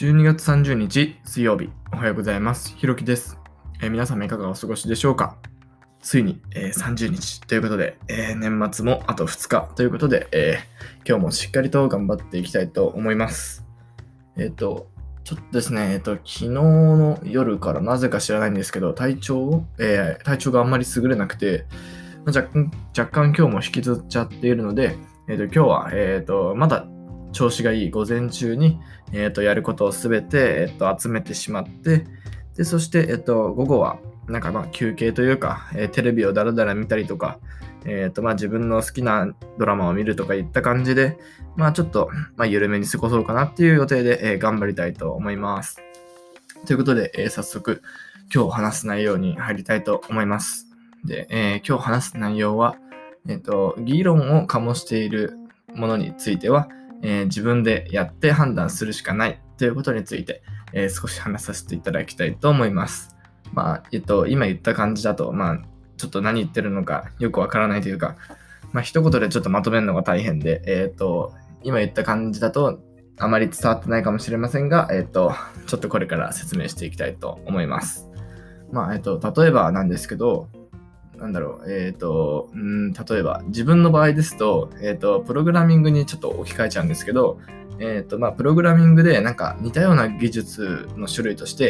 12月30日水曜日、おはようございます。ひろきです。皆様いかがお過ごしでしょうか。ついに、30日ということで、年末もあと2日ということで、今日もしっかりと頑張っていきたいと思います。ちょっとですね、昨日の夜からなぜか知らないんですけど、体調があんまり優れなくて、若干今日も引きずっちゃっているので、今日は、まだ調子がいい午前中に、やることをすべて、集めてしまって、で、そして、午後は、休憩というか、テレビをだらだら見たりとか、自分の好きなドラマを見るとかいった感じで、ちょっと、緩めに過ごそうかなっていう予定で、頑張りたいと思います。ということで、早速、今日話す内容に入りたいと思います。で、今日話す内容は、議論を醸しているものについては、自分でやって判断するしかないということについて、少し話させていただきたいと思います。今言った感じだと、ちょっと何言ってるのかよくわからないというか、一言でちょっとまとめるのが大変で、今言った感じだとあまり伝わってないかもしれませんが、ちょっとこれから説明していきたいと思います。例えばなんですけど、例えば自分の場合ですと、プログラミングにちょっと置き換えちゃうんですけど、プログラミングで似たような技術の種類として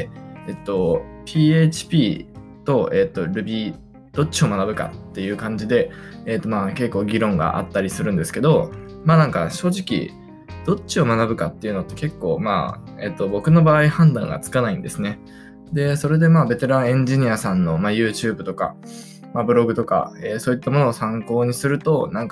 、PHP と、Ruby どっちを学ぶかっていう感じで、結構議論があったりするんですけど、正直どっちを学ぶかっていうのって結構僕の場合判断がつかないんですね。で、それでベテランエンジニアさんのYouTube とかブログとか、そういったものを参考にすると、その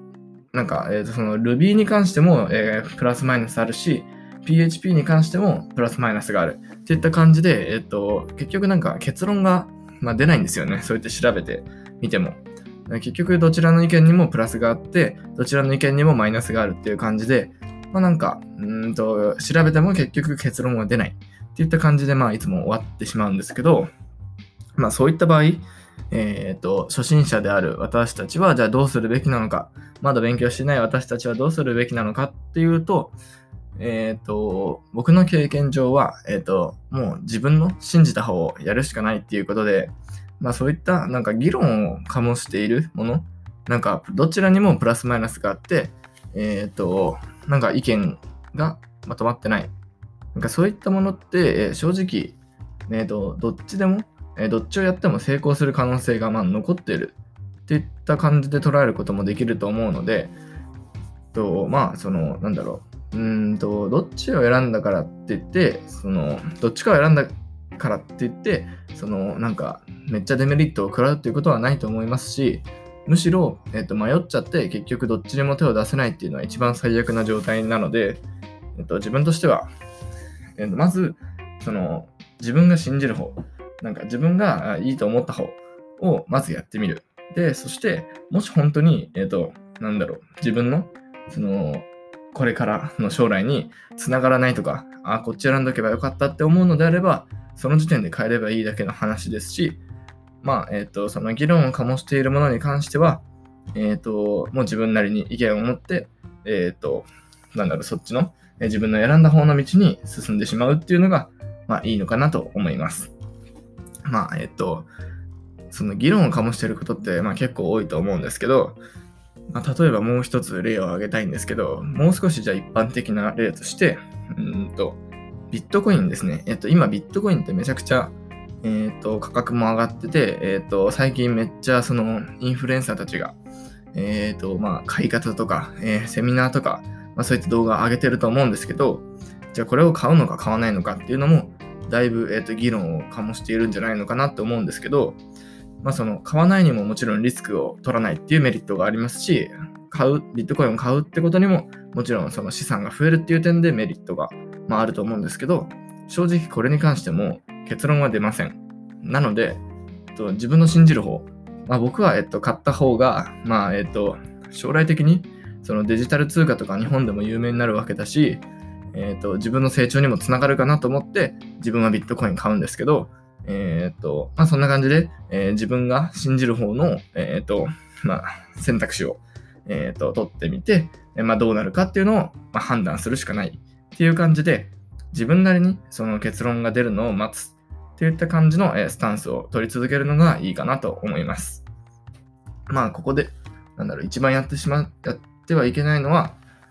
Ruby に関しても、プラスマイナスあるし、PHP に関してもプラスマイナスがあるっていった感じで、結局結論が、出ないんですよね。そうやって調べてみても。結局どちらの意見にもプラスがあって、どちらの意見にもマイナスがあるっていう感じで、調べても結局結論は出ないっていった感じで、いつも終わってしまうんですけど、そういった場合、初心者である私たちはじゃあどうするべきなのか、まだ勉強してない私たちはどうするべきなのかっていうと、僕の経験上は、もう自分の信じた方をやるしかないっていうことで、そういった議論を醸しているもの、どちらにもプラスマイナスがあって、意見がまとまってない。そういったものって、正直、どっちでもどっちをやっても成功する可能性が残っているっていった感じで捉えることもできると思うので、どっちを選んだからって言って、どっちかを選んだからって言って、めっちゃデメリットを食らうっていうことはないと思いますし、むしろ、迷っちゃって結局どっちにも手を出せないっていうのは一番最悪な状態なので、自分としては、まず、自分が信じる方、自分がいいと思った方をまずやってみる。で、そして、もし本当に、自分の、これからの将来に繋がらないとか、こっち選んどけばよかったって思うのであれば、その時点で変えればいいだけの話ですし、その議論を醸しているものに関しては、もう自分なりに意見を持って、そっちの、自分の選んだ方の道に進んでしまうっていうのが、いいのかなと思います。その議論を醸していることって、結構多いと思うんですけど、例えばもう一つ例を挙げたいんですけど、もう少しじゃあ一般的な例として、ビットコインですね。今ビットコインってめちゃくちゃ、価格も上がってて、最近めっちゃそのインフルエンサーたちが、買い方とか、セミナーとか、そういった動画を上げてると思うんですけど、じゃあこれを買うのか買わないのかっていうのも、だいぶ、議論を醸しているんじゃないのかなと思うんですけど、その買わないにももちろんリスクを取らないっていうメリットがありますし、ビットコインを買うってことにももちろんその資産が増えるっていう点でメリットが、あると思うんですけど、正直これに関しても結論は出ません。なので、自分の信じる方、僕は、買った方が、将来的にそのデジタル通貨とか日本でも有名になるわけだし、自分の成長にもつながるかなと思って自分はビットコイン買うんですけど、そんな感じで、自分が信じる方の、選択肢を、取ってみて、どうなるかっていうのを、判断するしかないっていう感じで、 自分なりにその結論が出るのを待つといった感じのスタンスを取り続けるのがいいかなと思います。ここで、一番やってはいけないのは、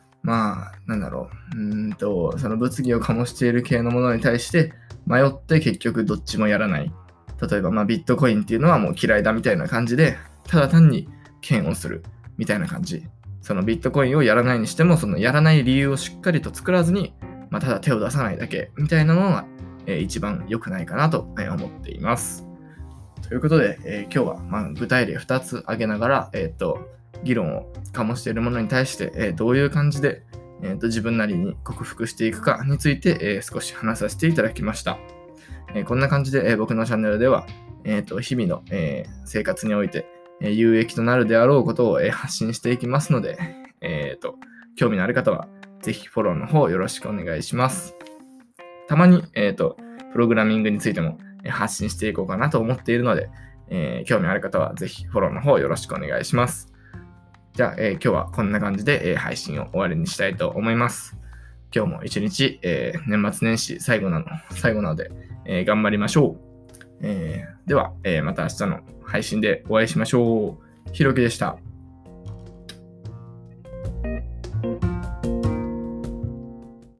その物議を醸している系のものに対して迷って結局どっちもやらない。例えば、ビットコインっていうのはもう嫌いだみたいな感じで、ただ単に嫌悪するみたいな感じ。そのビットコインをやらないにしても、そのやらない理由をしっかりと作らずに、ただ手を出さないだけみたいなのが、一番良くないかなと思っています。ということで、今日は具体例2つ挙げながら、議論を醸しているものに対して、どういう感じで、自分なりに克服していくかについて、少し話させていただきました。こんな感じで、僕のチャンネルでは、日々の、生活において、有益となるであろうことを、発信していきますので、興味のある方はぜひフォローの方よろしくお願いします。たまに、プログラミングについても発信していこうかなと思っているので、興味ある方はぜひフォローの方よろしくお願いします。じゃあ、今日はこんな感じで、配信を終わりにしたいと思います。今日も一日、年末年始最後なので、頑張りましょう。では、また明日の配信でお会いしましょう。ひろきでした。